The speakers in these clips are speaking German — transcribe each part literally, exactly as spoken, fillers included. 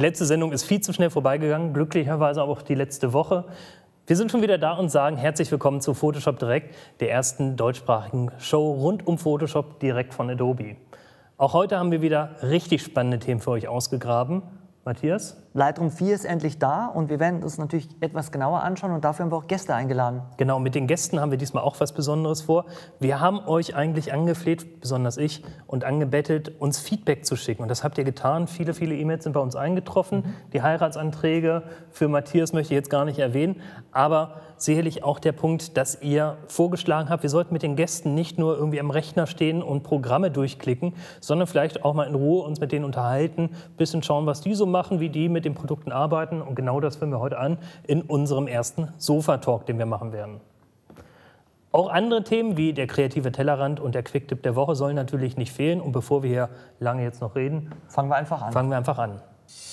letzte Sendung ist viel zu schnell vorbeigegangen, glücklicherweise aber auch die letzte Woche. Wir sind schon wieder da und sagen herzlich willkommen zu Photoshop Direkt, der ersten deutschsprachigen Show rund um Photoshop direkt von Adobe. Auch heute haben wir wieder richtig spannende Themen für euch ausgegraben. Matthias? Lightroom vier ist endlich da und wir werden uns natürlich etwas genauer anschauen und dafür haben wir auch Gäste eingeladen. Genau, mit den Gästen haben wir diesmal auch was Besonderes vor. Wir haben euch eigentlich angefleht, besonders ich, und angebettelt, uns Feedback zu schicken. Und das habt ihr getan. Viele, viele E-Mails sind bei uns eingetroffen. Mhm. Die Heiratsanträge für Matthias möchte ich jetzt gar nicht erwähnen. Aber sicherlich auch der Punkt, dass ihr vorgeschlagen habt, wir sollten mit den Gästen nicht nur irgendwie am Rechner stehen und Programme durchklicken, sondern vielleicht auch mal in Ruhe uns mit denen unterhalten, ein bisschen schauen, was die so machen, wie die mit den Produkten arbeiten. Und genau das führen wir heute an in unserem ersten Sofa-Talk, den wir machen werden. Auch andere Themen wie der kreative Tellerrand und der Quick-Tipp der Woche sollen natürlich nicht fehlen. Und bevor wir hier lange jetzt noch reden, fangen wir einfach an. Fangen wir einfach an.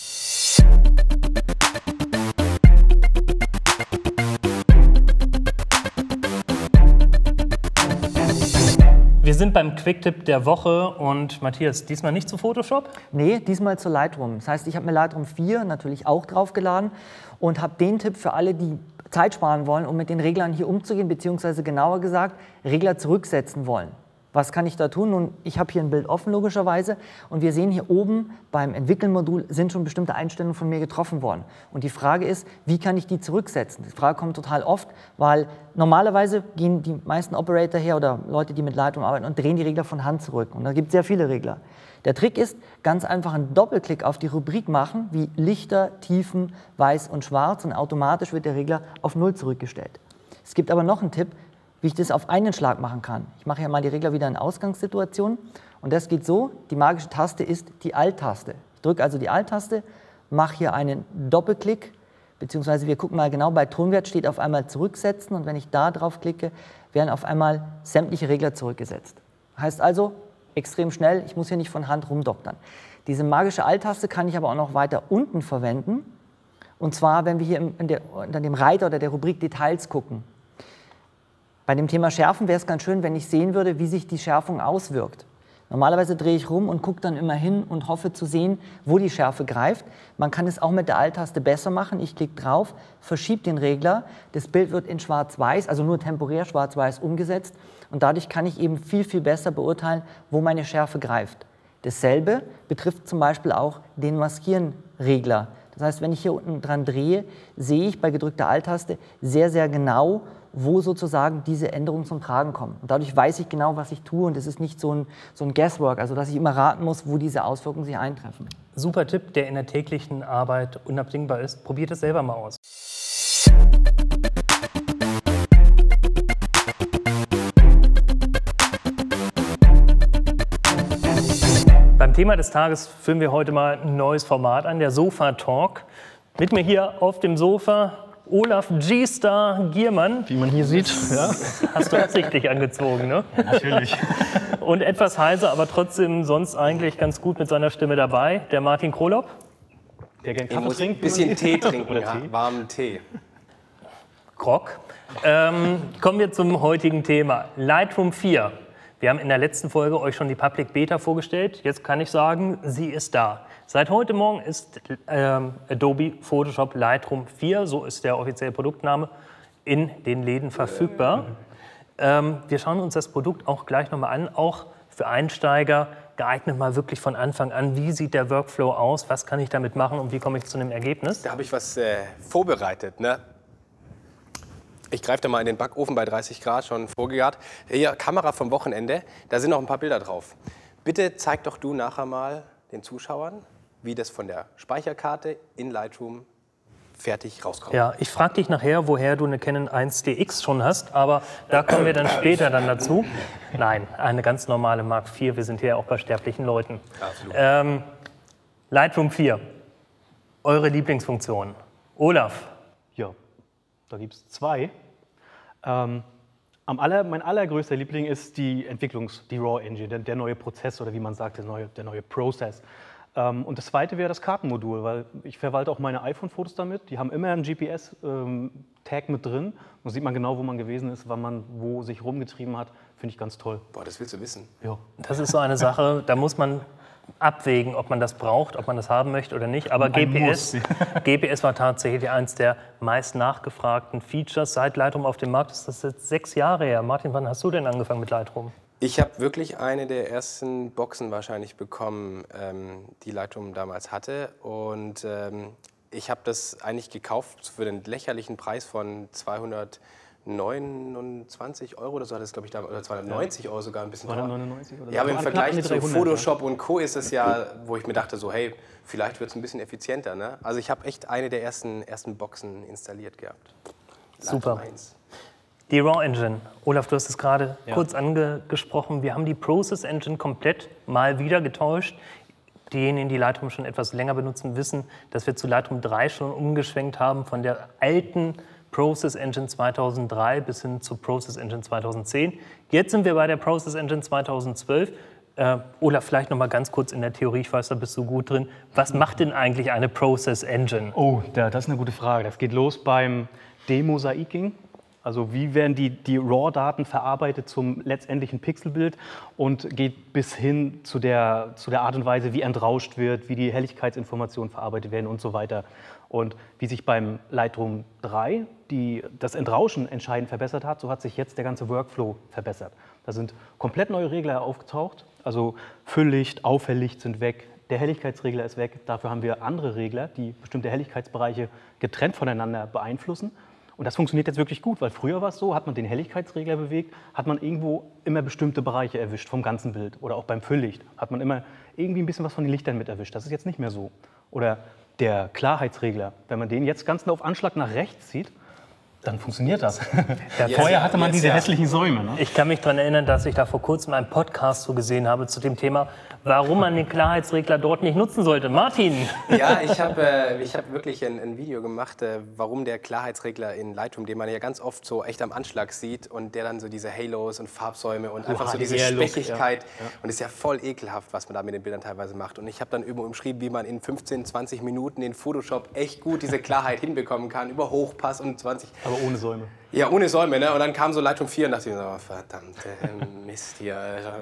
Wir sind beim Quick-Tipp der Woche und Matthias, diesmal nicht zu Photoshop? Nee, diesmal zu Lightroom. Das heißt, ich habe mir Lightroom vier natürlich auch draufgeladen und habe den Tipp für alle, die Zeit sparen wollen, um mit den Reglern hier umzugehen, beziehungsweise genauer gesagt, Regler zurücksetzen wollen. Was kann ich da tun? Nun, ich habe hier ein Bild offen, logischerweise, und wir sehen hier oben beim Entwickeln-Modul sind schon bestimmte Einstellungen von mir getroffen worden. Und die Frage ist, wie kann ich die zurücksetzen? Die Frage kommt total oft, weil normalerweise gehen die meisten Operator her oder Leute, die mit Lightroom arbeiten, und drehen die Regler von Hand zurück. Und da gibt es sehr viele Regler. Der Trick ist, ganz einfach einen Doppelklick auf die Rubrik machen, wie Lichter, Tiefen, Weiß und Schwarz, und automatisch wird der Regler auf Null zurückgestellt. Es gibt aber noch einen Tipp, wie ich das auf einen Schlag machen kann. Ich mache ja mal die Regler wieder in Ausgangssituation und das geht so, die magische Taste ist die Alt-Taste. Ich drücke also die Alt-Taste, mache hier einen Doppelklick, beziehungsweise wir gucken mal genau, bei Tonwert steht auf einmal zurücksetzen und wenn ich da drauf klicke, werden auf einmal sämtliche Regler zurückgesetzt. Heißt also, extrem schnell, ich muss hier nicht von Hand rumdoktern. Diese magische Alt-Taste kann ich aber auch noch weiter unten verwenden, und zwar, wenn wir hier in der, unter dem Reiter oder der Rubrik Details gucken. Bei dem Thema Schärfen wäre es ganz schön, wenn ich sehen würde, wie sich die Schärfung auswirkt. Normalerweise drehe ich rum und gucke dann immer hin und hoffe zu sehen, wo die Schärfe greift. Man kann es auch mit der Alt-Taste besser machen. Ich klicke drauf, verschiebe den Regler, das Bild wird in Schwarz-Weiß, also nur temporär Schwarz-Weiß umgesetzt und dadurch kann ich eben viel, viel besser beurteilen, wo meine Schärfe greift. Dasselbe betrifft zum Beispiel auch den Maskieren-Regler. Das heißt, wenn ich hier unten dran drehe, sehe ich bei gedrückter Alt-Taste sehr, sehr genau, wo sozusagen diese Änderungen zum Tragen kommen. Und dadurch weiß ich genau, was ich tue und es ist nicht so ein, so ein Guesswork, also dass ich immer raten muss, wo diese Auswirkungen sich eintreffen. Super Tipp, der in der täglichen Arbeit unabdingbar ist. Probiert es selber mal aus. Beim Thema des Tages führen wir heute mal ein neues Format an, der Sofa-Talk. Mit mir hier auf dem Sofa Olaf G-Star Giermann. Wie man hier sieht, ja. Hast du absichtlich angezogen, ne? Ja, natürlich. Und etwas heiser, aber trotzdem sonst eigentlich ganz gut mit seiner Stimme dabei, der Martin Krolop. Der gerne Kaffee trinkt. Ein bisschen Tee trinken, oder ja, Tee? Warmen Tee. Grog. Ähm, kommen wir zum heutigen Thema, Lightroom vier. Wir haben in der letzten Folge euch schon die Public Beta vorgestellt. Jetzt kann ich sagen, sie ist da. Seit heute Morgen ist ähm, Adobe Photoshop Lightroom vier, so ist der offizielle Produktname, in den Läden verfügbar. Mhm. Ähm, wir schauen uns das Produkt auch gleich nochmal an, auch für Einsteiger geeignet mal wirklich von Anfang an. Wie sieht der Workflow aus, was kann ich damit machen und wie komme ich zu einem Ergebnis? Da habe ich was äh, vorbereitet, ne? Ich greife da mal in den Backofen bei dreißig Grad, schon vorgegart. Hier, Kamera vom Wochenende, da sind noch ein paar Bilder drauf. Bitte zeig doch du nachher mal den Zuschauern, wie das von der Speicherkarte in Lightroom fertig rauskommt. Ja, ich frage dich nachher, woher du eine Canon eins D X schon hast, aber da kommen wir dann später dann dazu. Nein, eine ganz normale Mark vier, wir sind hier auch bei sterblichen Leuten. Absolut. Ähm, Lightroom vier, eure Lieblingsfunktion. Olaf. Ja, da gibt es zwei. Ähm, am aller, mein allergrößter Liebling ist die Entwicklungs-, die RAW Engine, der, der neue Prozess oder wie man sagt, der neue, der neue Process. Ähm, und das zweite wäre das Kartenmodul, weil ich verwalte auch meine iPhone-Fotos damit. Die haben immer einen G P S-Tag ähm, mit drin. Da sieht man genau, wo man gewesen ist, wann man wo sich rumgetrieben hat. Finde ich ganz toll. Boah, das willst du wissen. Ja. Das ist so eine Sache, da muss man abwägen, ob man das braucht, ob man das haben möchte oder nicht. Aber G P S, G P S war tatsächlich eines der meist nachgefragten Features seit Lightroom auf dem Markt. Das ist jetzt sechs Jahre her. Martin, wann hast du denn angefangen mit Lightroom? Ich habe wirklich eine der ersten Boxen wahrscheinlich bekommen, ähm, die Lightroom damals hatte. Und ähm, ich habe das eigentlich gekauft für den lächerlichen Preis von zweihundertneunundzwanzig Euro oder so hat es, glaube ich, damals, oder zweihundertneunzig Euro sogar ein bisschen teuer. zweihundertneunundneunzig oder so. Ja, aber im Vergleich zu Photoshop ja. und Co. ist es ja, wo ich mir dachte, so hey, vielleicht wird es ein bisschen effizienter. Ne? Also ich habe echt eine der ersten, ersten Boxen installiert gehabt. Super. Die RAW Engine, Olaf, du hast es gerade Ja. kurz angesprochen. Wir haben die Process Engine komplett mal wieder getauscht. Diejenigen, die Lightroom schon etwas länger benutzen, wissen, dass wir zu Lightroom drei schon umgeschwenkt haben von der alten Process Engine zweitausenddrei bis hin zu Process Engine zweitausendzehn. Jetzt sind wir bei der Process Engine zweitausendzwölf. Äh, Olaf, vielleicht noch mal ganz kurz in der Theorie, ich weiß, da bist du gut drin. Was macht denn eigentlich eine Process Engine? Oh, da, das ist eine gute Frage. Das geht los beim Demosaiking. Also wie werden die, die RAW-Daten verarbeitet zum letztendlichen Pixelbild und geht bis hin zu der, zu der Art und Weise, wie entrauscht wird, wie die Helligkeitsinformationen verarbeitet werden und so weiter. Und wie sich beim Lightroom drei die, das Entrauschen entscheidend verbessert hat, so hat sich jetzt der ganze Workflow verbessert. Da sind komplett neue Regler aufgetaucht, also Fülllicht, Aufhelllicht sind weg, der Helligkeitsregler ist weg. Dafür haben wir andere Regler, die bestimmte Helligkeitsbereiche getrennt voneinander beeinflussen. Und das funktioniert jetzt wirklich gut, weil früher war es so, hat man den Helligkeitsregler bewegt, hat man irgendwo immer bestimmte Bereiche erwischt vom ganzen Bild. Oder auch beim Fülllicht hat man immer irgendwie ein bisschen was von den Lichtern mit erwischt. Das ist jetzt nicht mehr so. Oder der Klarheitsregler, wenn man den jetzt ganz auf Anschlag nach rechts zieht, dann funktioniert das. Ja, vorher hatte man jetzt diese ja. hässlichen Säume. Ne? Ich kann mich daran erinnern, dass ich da vor kurzem einen Podcast so gesehen habe zu dem Thema, warum man den Klarheitsregler dort nicht nutzen sollte. Martin! Ja, ich habe äh, ich hab wirklich ein, ein Video gemacht, äh, warum der Klarheitsregler in Lightroom, den man ja ganz oft so echt am Anschlag sieht und der dann so diese Halos und Farbsäume und einfach so diese H D R-Look, Spechigkeit. ja. Ja. Und ist ja voll ekelhaft, was man da mit den Bildern teilweise macht. Und ich habe dann irgendwo umschrieben, wie man in fünfzehn, zwanzig Minuten in Photoshop echt gut diese Klarheit hinbekommen kann, über Hochpass und zwanzig. Aber ohne Säume. Ja, ohne Säume, ne? Und dann kam so Lightroom vier und dachte ich mir so, oh, verdammt, Mist hier,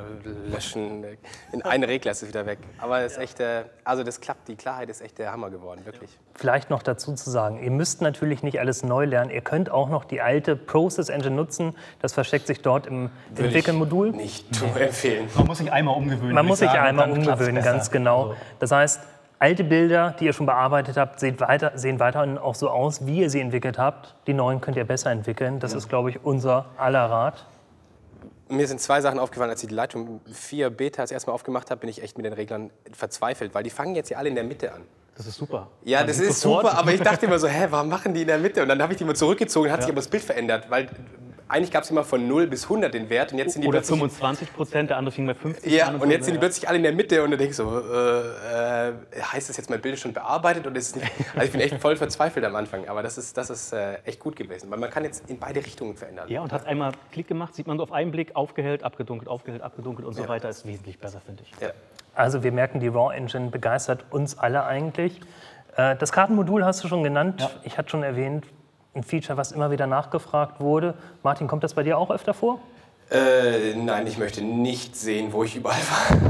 löschen. In einen Regler ist es wieder weg. Aber es ist echt, also das klappt, die Klarheit ist echt der Hammer geworden, wirklich. Vielleicht noch dazu zu sagen, ihr müsst natürlich nicht alles neu lernen. Ihr könnt auch noch die alte Process Engine nutzen. Das versteckt sich dort im Entwickelmodul. Nicht zu empfehlen. Man muss sich einmal umgewöhnen. Man muss sich sagen, einmal dann klappt's umgewöhnen, besser. ganz genau. Also, Das heißt, alte Bilder, die ihr schon bearbeitet habt, sehen, weiter, sehen weiterhin auch so aus, wie ihr sie entwickelt habt. Die neuen könnt ihr besser entwickeln. Das ist, glaube ich, unser aller Rat. Mir sind zwei Sachen aufgefallen, als ich die Lightroom vier Beta das erste Mal aufgemacht habe, bin ich echt mit den Reglern verzweifelt, weil die fangen jetzt ja alle in der Mitte an. das ist super. Ja, Man das sieht ist sofort- super, aber ich dachte immer so, hä, warum machen die in der Mitte? Und dann habe ich die mal zurückgezogen, hat Ja. sich aber das Bild verändert, weil eigentlich gab es immer von null bis hundert den Wert und jetzt sind die Oder plötzlich... fünfundzwanzig Prozent, der andere fing bei fünfzig Ja, an. und so. jetzt sind die Ja. plötzlich alle in der Mitte und dann denke ich so, äh, äh, heißt das jetzt, mein Bild ist schon bearbeitet oder ist es nicht? Also ich bin echt voll verzweifelt am Anfang, aber das ist, das ist äh, echt gut gewesen, weil man kann jetzt in beide Richtungen verändern. Ja, und hat einmal Klick gemacht, sieht man so auf einen Blick, aufgehellt, abgedunkelt, aufgehellt, abgedunkelt und so Ja. weiter. Ist wesentlich besser, finde ich. Ja. Also wir merken, die RAW Engine begeistert uns alle eigentlich. Äh, Das Kartenmodul hast du schon genannt. Ja. Ich hatte schon erwähnt, ein Feature, was immer wieder nachgefragt wurde. Martin, kommt das bei dir auch öfter vor? Äh, nein, ich möchte nicht sehen, wo ich überall war.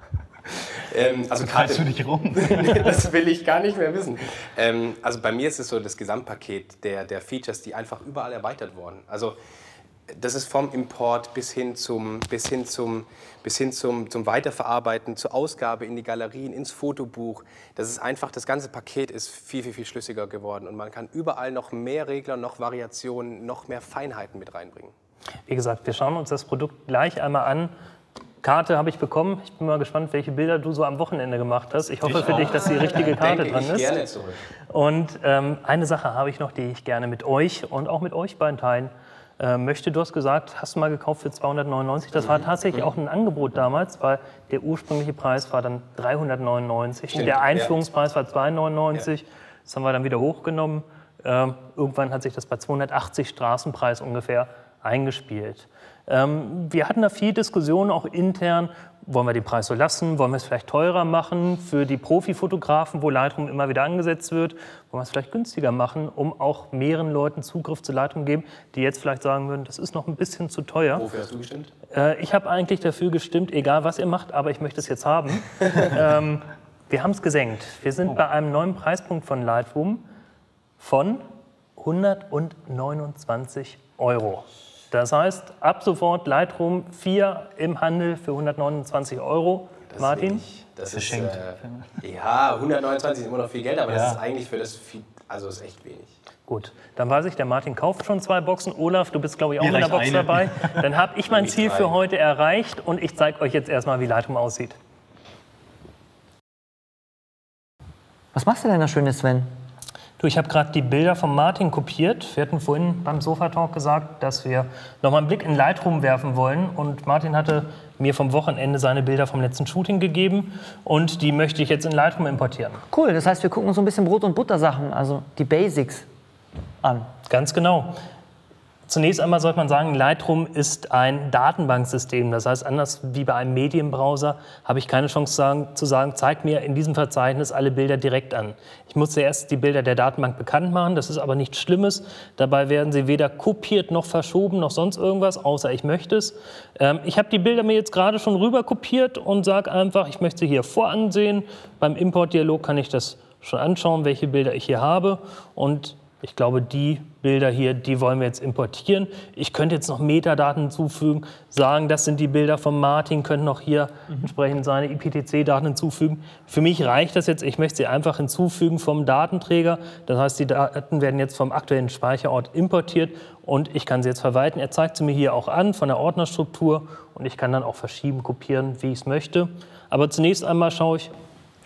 ähm, also Treibst du Karte, dich rum? nee, das will ich gar nicht mehr wissen. Ähm, also bei mir ist es so das Gesamtpaket der, der Features, die einfach überall erweitert wurden. Also das ist vom Import bis hin zum, bis hin zum, bis hin zum, zum Weiterverarbeiten, zur Ausgabe in die Galerien, ins Fotobuch. Das ist einfach, das ganze Paket ist viel, viel, viel schlüssiger geworden und man kann überall noch mehr Regler, noch Variationen, noch mehr Feinheiten mit reinbringen. Wie gesagt, wir schauen uns das Produkt gleich einmal an. Karte habe ich bekommen. Ich bin mal gespannt, welche Bilder du so am Wochenende gemacht hast. Ich hoffe Ich für auch. dich, dass die richtige Karte Denke dran ich ist. gerne zurück. Und ähm, eine Sache habe ich noch, die ich gerne mit euch und auch mit euch beiden teilen äh, möchte. Du hast gesagt, hast du mal gekauft für zweihundertneunundneunzig. Das war tatsächlich auch ein Angebot damals, weil der ursprüngliche Preis war dann dreihundertneunundneunzig. Stimmt, Der ja. Einführungspreis war zweihundertneunundneunzig. Das haben wir dann wieder hochgenommen. Ähm, irgendwann hat sich das bei zweihundertachtzig Straßenpreis ungefähr eingespielt. Ähm, wir hatten da viel Diskussion auch intern. Wollen wir den Preis so lassen? Wollen wir es vielleicht teurer machen für die Profifotografen, wo Lightroom immer wieder angesetzt wird? Wollen wir es vielleicht günstiger machen, um auch mehreren Leuten Zugriff zu Lightroom zu geben, die jetzt vielleicht sagen würden, das ist noch ein bisschen zu teuer? Wofür hast du gestimmt? Äh, ich habe eigentlich dafür gestimmt, egal was ihr macht, aber ich möchte es jetzt haben. ähm, wir haben es gesenkt. Wir sind oh. bei einem neuen Preispunkt von Lightroom von hundertneunundzwanzig Euro. Das heißt, ab sofort Lightroom vier im Handel für hundertneunundzwanzig Euro. Das Martin? Ist das ist, äh, ja, hundertneunundzwanzig ist immer noch viel Geld, aber ja. das ist eigentlich für das viel, also ist echt wenig. Gut, dann weiß ich, der Martin kauft schon zwei Boxen. Olaf, du bist, glaube ich, auch in der Box eine. dabei. Dann habe ich mein Ziel für heute erreicht und ich zeige euch jetzt erstmal, wie Lightroom aussieht. Was machst du denn da Schönes, Sven? Du, ich habe gerade die Bilder von Martin kopiert. Wir hatten vorhin beim Sofa-Talk gesagt, dass wir noch mal einen Blick in Lightroom werfen wollen. Und Martin hatte mir vom Wochenende seine Bilder vom letzten Shooting gegeben. Und die möchte ich jetzt in Lightroom importieren. Cool, das heißt, wir gucken uns so ein bisschen Brot- und Butter-Sachen, also die Basics, an. Ganz genau. Zunächst einmal sollte man sagen, Lightroom ist ein Datenbanksystem. Das heißt, anders wie bei einem Medienbrowser habe ich keine Chance zu sagen, zu sagen, zeig mir in diesem Verzeichnis alle Bilder direkt an. Ich muss zuerst die Bilder der Datenbank bekannt machen. Das ist aber nichts Schlimmes. Dabei werden sie weder kopiert noch verschoben noch sonst irgendwas, außer ich möchte es. Ähm, ich habe die Bilder mir jetzt gerade schon rüber kopiert und sage einfach, ich möchte sie hier voransehen. Beim Importdialog kann ich das schon anschauen, welche Bilder ich hier habe. Und ich glaube, die Bilder hier, die wollen wir jetzt importieren. Ich könnte jetzt noch Metadaten hinzufügen, sagen, das sind die Bilder von Martin, könnten noch hier mhm. entsprechend seine I P T C-Daten hinzufügen. Für mich reicht das jetzt, ich möchte sie einfach hinzufügen vom Datenträger. Das heißt, die Daten werden jetzt vom aktuellen Speicherort importiert und ich kann sie jetzt verwalten. Er zeigt sie mir hier auch an von der Ordnerstruktur und ich kann dann auch verschieben, kopieren, wie ich es möchte. Aber zunächst einmal schaue ich,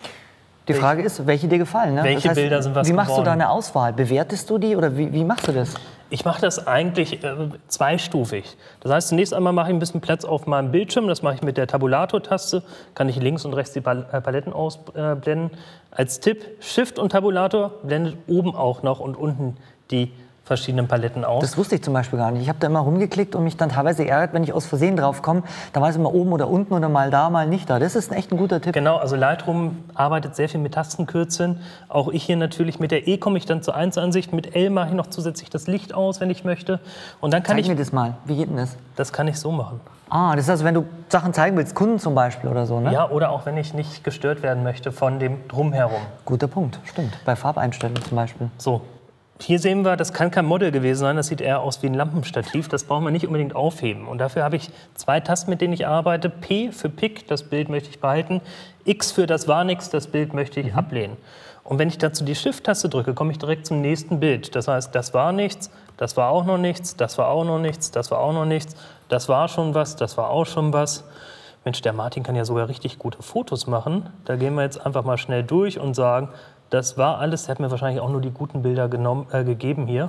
die Frage ist, welche dir gefallen? Ne? Welche das heißt, Bilder sind was Wie machst geworden? du deine Auswahl? Bewertest du die oder wie, wie machst du das? Ich mache das eigentlich äh, zweistufig. Das heißt, zunächst einmal mache ich ein bisschen Platz auf meinem Bildschirm. Das mache ich mit der Tabulator-Taste. Kann ich links und rechts die Paletten ausblenden. Als Tipp, Shift und Tabulator blendet oben auch noch und unten die verschiedenen Paletten aus. Das wusste ich zum Beispiel gar nicht. Ich habe da immer rumgeklickt und mich dann teilweise ärgert, wenn ich aus Versehen drauf komme. Da war es immer oben oder unten oder mal da, mal nicht da. Das ist echt ein guter Tipp. Genau, also Lightroom arbeitet sehr viel mit Tastenkürzeln. Auch ich hier natürlich. Mit der E komme ich dann zur eins Ansicht. Mit L mache ich noch zusätzlich das Licht aus, wenn ich möchte. Und dann kann Zeig ich mir das mal. Wie geht denn das? Das kann ich so machen. Ah, das ist also, wenn du Sachen zeigen willst, Kunden zum Beispiel oder so, ne? Ja, oder auch wenn ich nicht gestört werden möchte von dem Drumherum. Guter Punkt, stimmt. Bei Farbeinstellungen zum Beispiel. So. Hier sehen wir, das kann kein Model gewesen sein, das sieht eher aus wie ein Lampenstativ. Das brauchen wir nicht unbedingt aufheben. Und dafür habe ich zwei Tasten, mit denen ich arbeite. P für Pick, das Bild möchte ich behalten. X für das war nix, das Bild möchte ich mhm. ablehnen. Und wenn ich dazu die Shift-Taste drücke, komme ich direkt zum nächsten Bild. Das heißt, das war nichts, das war auch noch nichts, das war auch noch nichts, das war auch noch nichts, das war schon was, das war auch schon was. Mensch, der Martin kann ja sogar richtig gute Fotos machen. Da gehen wir jetzt einfach mal schnell durch und sagen, das war alles. Er hat mir wahrscheinlich auch nur die guten Bilder genommen, äh, gegeben hier.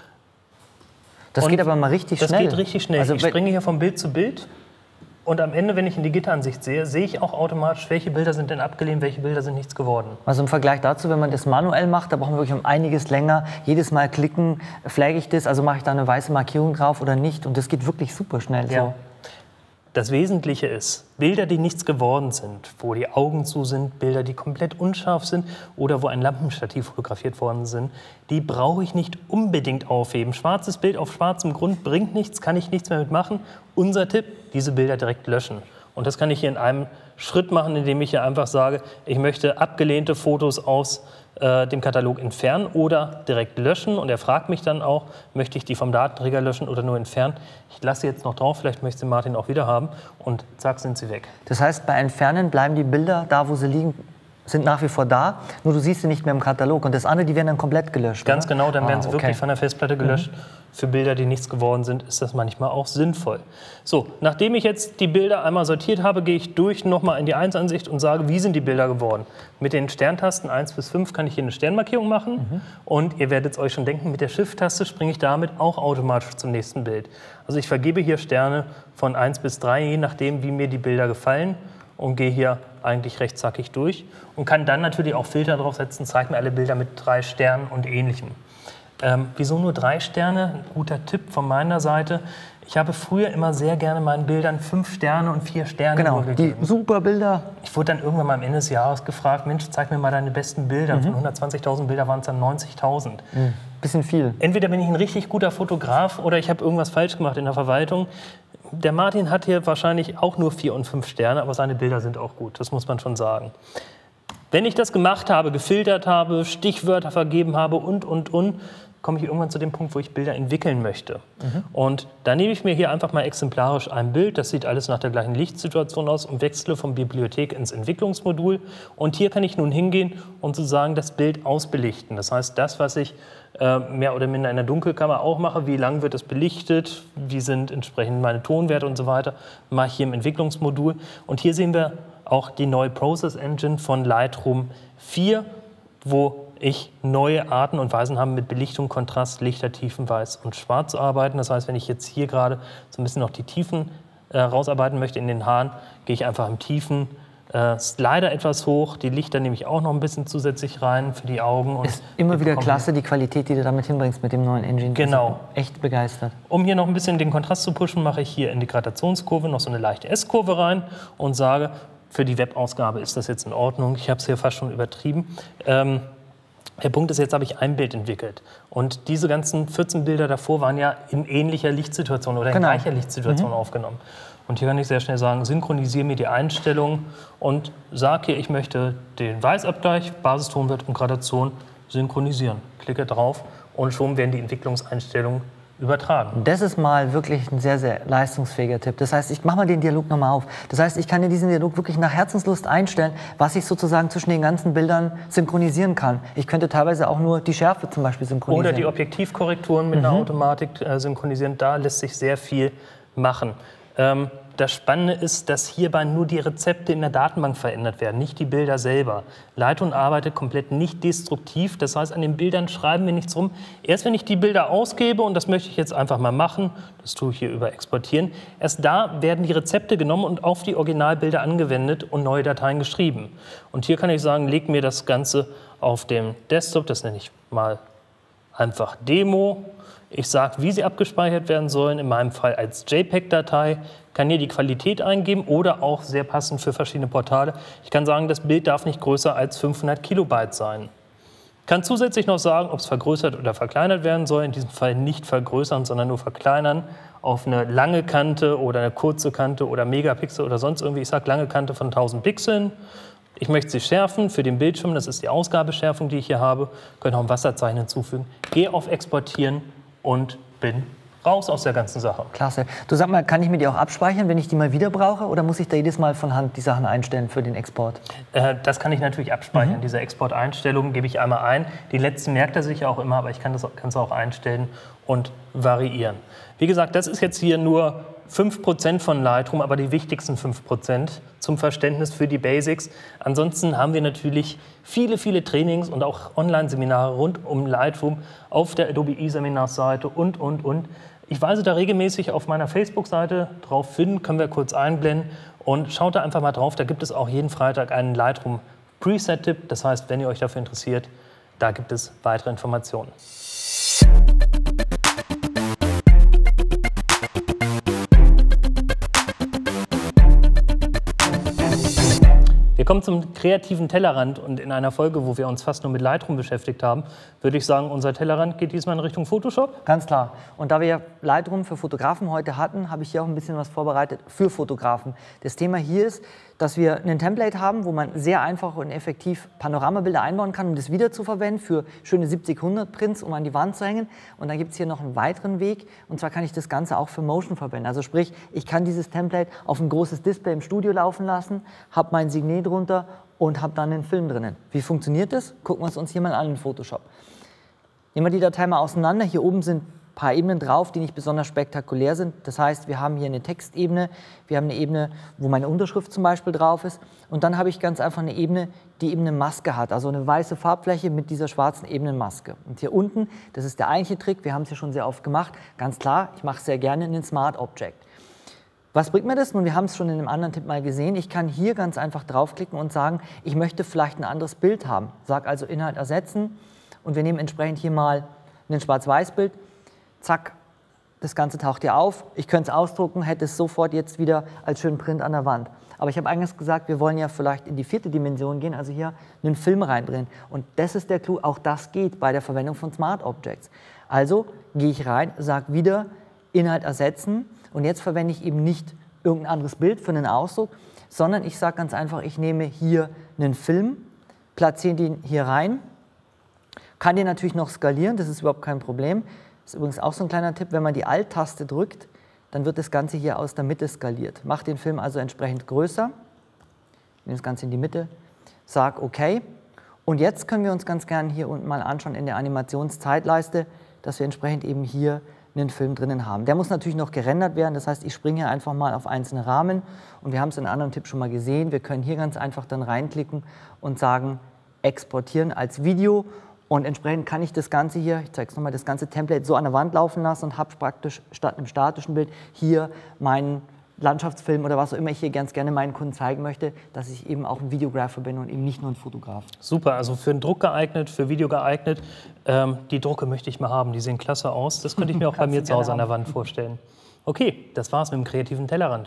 Das und geht aber mal richtig das schnell. Das geht richtig schnell. Also, ich springe hier von Bild zu Bild. Und am Ende, wenn ich in die Gitteransicht sehe, sehe ich auch automatisch, welche Bilder sind denn abgelehnt, welche Bilder sind nichts geworden. Also im Vergleich dazu, wenn man das manuell macht, da brauchen wir wirklich um einiges länger. Jedes Mal klicken, flagge ich das, also mache ich da eine weiße Markierung drauf oder nicht. Und das geht wirklich super schnell. Ja. So. Das Wesentliche ist, Bilder, die nichts geworden sind, wo die Augen zu sind, Bilder, die komplett unscharf sind oder wo ein Lampenstativ fotografiert worden sind, die brauche ich nicht unbedingt aufheben. Schwarzes Bild auf schwarzem Grund bringt nichts, kann ich nichts mehr mitmachen. Unser Tipp, diese Bilder direkt löschen. Und das kann ich hier in einem Schritt machen, indem ich hier einfach sage, ich möchte abgelehnte Fotos aus äh, dem Katalog entfernen oder direkt löschen. Und er fragt mich dann auch, möchte ich die vom Datenträger löschen oder nur entfernen. Ich lasse sie jetzt noch drauf, vielleicht möchte sie Martin auch wieder haben. Und zack, sind sie weg. Das heißt, bei Entfernen bleiben die Bilder da, wo sie liegen, sind nach wie vor da, nur du siehst sie nicht mehr im Katalog. Und das andere, die werden dann komplett gelöscht, Ganz oder? genau, dann werden ah, sie okay. wirklich von der Festplatte gelöscht. Mhm. Für Bilder, die nichts geworden sind, ist das manchmal auch sinnvoll. So, nachdem ich jetzt die Bilder einmal sortiert habe, gehe ich durch nochmal in die eins Ansicht und sage, wie sind die Bilder geworden. Mit den Sterntasten eins bis fünf kann ich hier eine Sternmarkierung machen. Mhm. Und ihr werdet es euch schon denken, mit der Shift-Taste springe ich damit auch automatisch zum nächsten Bild. Also ich vergebe hier Sterne von eins bis drei, je nachdem, wie mir die Bilder gefallen. Und gehe hier eigentlich recht zackig durch. Und kann dann natürlich auch Filter draufsetzen, zeigt mir alle Bilder mit drei Sternen und Ähnlichem. Ähm, wieso nur drei Sterne? Ein guter Tipp von meiner Seite. Ich habe früher immer sehr gerne meinen Bildern fünf Sterne und vier Sterne Genau, nur die gegeben. super Bilder. Ich wurde dann irgendwann mal am Ende des Jahres gefragt, Mensch, zeig mir mal deine besten Bilder. Mhm. Von hundertzwanzigtausend Bilder waren es dann neunzigtausend. Mhm. Bisschen viel. Entweder bin ich ein richtig guter Fotograf oder ich habe irgendwas falsch gemacht in der Verwaltung. Der Martin hat hier wahrscheinlich auch nur vier und fünf Sterne, aber seine Bilder sind auch gut, das muss man schon sagen. Wenn ich das gemacht habe, gefiltert habe, Stichwörter vergeben habe und, und, und, komme ich irgendwann zu dem Punkt, wo ich Bilder entwickeln möchte. Mhm. Und da nehme ich mir hier einfach mal exemplarisch ein Bild, das sieht alles nach der gleichen Lichtsituation aus und wechsle von Bibliothek ins Entwicklungsmodul. Und hier kann ich nun hingehen und sozusagen das Bild ausbelichten. Das heißt, das, was ich äh, mehr oder minder in der Dunkelkammer auch mache, wie lang wird es belichtet, wie sind entsprechend meine Tonwerte und so weiter, mache ich hier im Entwicklungsmodul. Und hier sehen wir auch die neue Process Engine von Lightroom vier, wo ich neue Arten und Weisen habe, mit Belichtung, Kontrast, Lichter, Tiefen, Weiß und Schwarz zu arbeiten. Das heißt, wenn ich jetzt hier gerade so ein bisschen noch die Tiefen äh, rausarbeiten möchte in den Haaren, gehe ich einfach im Tiefen äh, Slider etwas hoch. Die Lichter nehme ich auch noch ein bisschen zusätzlich rein für die Augen. Und ist immer wieder klasse, die Qualität, die du damit hinbringst mit dem neuen Engine. Genau. Echt begeistert. Um hier noch ein bisschen den Kontrast zu pushen, mache ich hier in die Gradationskurve noch so eine leichte S-Kurve rein und sage, für die Webausgabe ist das jetzt in Ordnung. Ich habe es hier fast schon übertrieben. Ähm, Der Punkt ist, jetzt habe ich ein Bild entwickelt. Und diese ganzen vierzehn Bilder davor waren ja in ähnlicher Lichtsituation oder in genau. gleicher Lichtsituation mhm. aufgenommen. Und hier kann ich sehr schnell sagen, synchronisiere mir die Einstellungen und sage hier, ich möchte den Weißabgleich, Basistonwert und Gradation synchronisieren. Klicke drauf und schon werden die Entwicklungseinstellungen übertragen. Das ist mal wirklich ein sehr, sehr leistungsfähiger Tipp. Das heißt, ich mache mal den Dialog nochmal auf. Das heißt, ich kann dir diesen Dialog wirklich nach Herzenslust einstellen, was ich sozusagen zwischen den ganzen Bildern synchronisieren kann. Ich könnte teilweise auch nur die Schärfe zum Beispiel synchronisieren. Oder die Objektivkorrekturen mit mhm. einer Automatik äh, synchronisieren. Da lässt sich sehr viel machen. Ähm, das Spannende ist, dass hierbei nur die Rezepte in der Datenbank verändert werden, nicht die Bilder selber. Lightroom arbeitet komplett nicht destruktiv, das heißt, an den Bildern schreiben wir nichts rum. Erst wenn ich die Bilder ausgebe, und das möchte ich jetzt einfach mal machen, das tue ich hier über Exportieren, erst da werden die Rezepte genommen und auf die Originalbilder angewendet und neue Dateien geschrieben. Und hier kann ich sagen, leg mir das Ganze auf dem Desktop, das nenne ich mal einfach Demo. Ich sage, wie sie abgespeichert werden sollen, in meinem Fall als JPEG-Datei, kann hier die Qualität eingeben oder auch sehr passend für verschiedene Portale. Ich kann sagen, das Bild darf nicht größer als fünfhundert Kilobyte sein. Ich kann zusätzlich noch sagen, ob es vergrößert oder verkleinert werden soll. In diesem Fall nicht vergrößern, sondern nur verkleinern auf eine lange Kante oder eine kurze Kante oder Megapixel oder sonst irgendwie. Ich sage lange Kante von tausend Pixeln. Ich möchte sie schärfen für den Bildschirm, das ist die Ausgabeschärfung, die ich hier habe. Ich könnte auch ein Wasserzeichen hinzufügen. Gehe auf Exportieren und bin raus aus der ganzen Sache. Klasse. Du, sag mal, kann ich mir die auch abspeichern, wenn ich die mal wieder brauche? Oder muss ich da jedes Mal von Hand die Sachen einstellen für den Export? Äh, das kann ich natürlich abspeichern. Mhm. Diese Exporteinstellungen gebe ich einmal ein. Die letzten merkt er sich auch immer, aber ich kann das kann's auch einstellen und variieren. Wie gesagt, das ist jetzt hier nur fünf Prozent von Lightroom, aber die wichtigsten fünf Prozent zum Verständnis für die Basics. Ansonsten haben wir natürlich viele, viele Trainings und auch Online-Seminare rund um Lightroom auf der Adobe eSeminars-Seite und, und, und. Ich weise da regelmäßig auf meiner Facebook-Seite drauf hin, können wir kurz einblenden. Und schaut da einfach mal drauf, da gibt es auch jeden Freitag einen Lightroom Preset-Tipp. Das heißt, wenn ihr euch dafür interessiert, da gibt es weitere Informationen. Wir kommen zum kreativen Tellerrand und in einer Folge, wo wir uns fast nur mit Lightroom beschäftigt haben, würde ich sagen, unser Tellerrand geht diesmal in Richtung Photoshop. Ganz klar. Und da wir ja Lightroom für Fotografen heute hatten, habe ich hier auch ein bisschen was vorbereitet für Fotografen. Das Thema hier ist, dass wir ein Template haben, wo man sehr einfach und effektiv Panoramabilder einbauen kann, um das wieder zu verwenden für schöne siebzig hundert Prints, um an die Wand zu hängen. Und dann gibt es hier noch einen weiteren Weg, und zwar kann ich das Ganze auch für Motion verwenden. Also sprich, ich kann dieses Template auf ein großes Display im Studio laufen lassen, habe mein Signet drunter und habe dann einen Film drinnen. Wie funktioniert das? Gucken wir es uns hier mal an in Photoshop. Nehmen wir die Datei mal auseinander. Hier oben sind ein paar Ebenen drauf, die nicht besonders spektakulär sind. Das heißt, wir haben hier eine Textebene, wir haben eine Ebene, wo meine Unterschrift zum Beispiel drauf ist, und dann habe ich ganz einfach eine Ebene, die eben eine Maske hat, also eine weiße Farbfläche mit dieser schwarzen Ebenenmaske. Und hier unten, das ist der eigentliche Trick, wir haben es ja schon sehr oft gemacht, ganz klar, ich mache es sehr gerne in den Smart Object. Was bringt mir das? Nun, wir haben es schon in einem anderen Tipp mal gesehen. Ich kann hier ganz einfach draufklicken und sagen, ich möchte vielleicht ein anderes Bild haben. Sag also Inhalt ersetzen, und wir nehmen entsprechend hier mal ein Schwarz-Weiß-Bild. Zack, das Ganze taucht hier auf. Ich könnte es ausdrucken, hätte es sofort jetzt wieder als schönen Print an der Wand. Aber ich habe eingangs gesagt, wir wollen ja vielleicht in die vierte Dimension gehen, also hier einen Film reindrehen. Und das ist der Clou, auch das geht bei der Verwendung von Smart Objects. Also gehe ich rein, sage wieder Inhalt ersetzen und jetzt verwende ich eben nicht irgendein anderes Bild für einen Ausdruck, sondern ich sage ganz einfach, ich nehme hier einen Film, platziere den hier rein, kann den natürlich noch skalieren, das ist überhaupt kein Problem. Das ist übrigens auch so ein kleiner Tipp, wenn man die Alt-Taste drückt, dann wird das Ganze hier aus der Mitte skaliert. Mach den Film also entsprechend größer, nehme das Ganze in die Mitte, sage OK. Und jetzt können wir uns ganz gerne hier unten mal anschauen in der Animationszeitleiste, dass wir entsprechend eben hier einen Film drinnen haben. Der muss natürlich noch gerendert werden, das heißt, ich springe hier einfach mal auf einzelne Rahmen und wir haben es in einem anderen Tipp schon mal gesehen. Wir können hier ganz einfach dann reinklicken und sagen, exportieren als Video. Und entsprechend kann ich das Ganze hier, ich zeige es nochmal, das ganze Template so an der Wand laufen lassen und habe praktisch statt einem statischen Bild hier meinen Landschaftsfilm oder was auch immer ich hier ganz gerne meinen Kunden zeigen möchte, dass ich eben auch ein Videographer bin und eben nicht nur ein Fotograf. Super, also für den Druck geeignet, für Video geeignet. Ähm, die Drucke möchte ich mal haben, die sehen klasse aus. Das könnte ich mir auch bei mir zu Hause an der Wand vorstellen. Okay, das war's mit dem kreativen Tellerrand.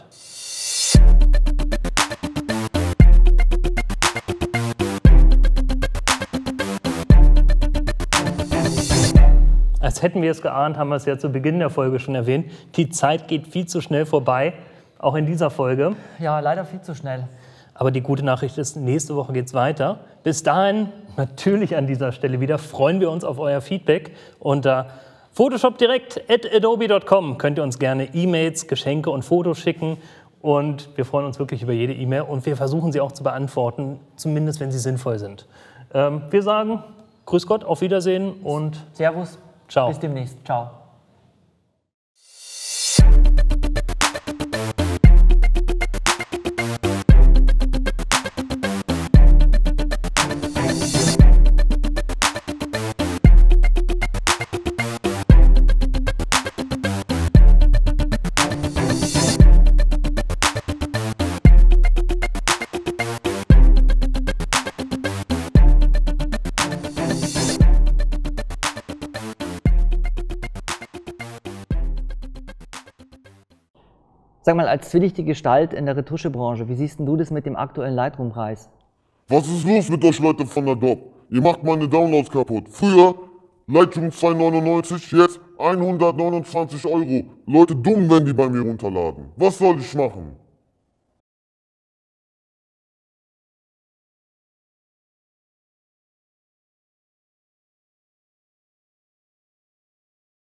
Als hätten wir es geahnt, haben wir es ja zu Beginn der Folge schon erwähnt. Die Zeit geht viel zu schnell vorbei, auch in dieser Folge. Ja, leider viel zu schnell. Aber die gute Nachricht ist, nächste Woche geht es weiter. Bis dahin, natürlich an dieser Stelle wieder, freuen wir uns auf euer Feedback. Unter photoshop direkt at adobe punkt com könnt ihr uns gerne E-Mails, Geschenke und Fotos schicken. Und wir freuen uns wirklich über jede E-Mail und wir versuchen sie auch zu beantworten, zumindest wenn sie sinnvoll sind. Ähm, wir sagen, grüß Gott, auf Wiedersehen und Servus. Ciao. Bis demnächst. Ciao. Sag mal, als zwielichtige Gestalt in der Retuschebranche, wie siehst denn du das mit dem aktuellen Lightroom-Preis? Was ist los mit euch Leute von Adobe? Ihr macht meine Downloads kaputt. Früher Lightroom zwei neunundneunzig, jetzt hundertneunundzwanzig Euro. Leute dumm, wenn die bei mir runterladen. Was soll ich machen?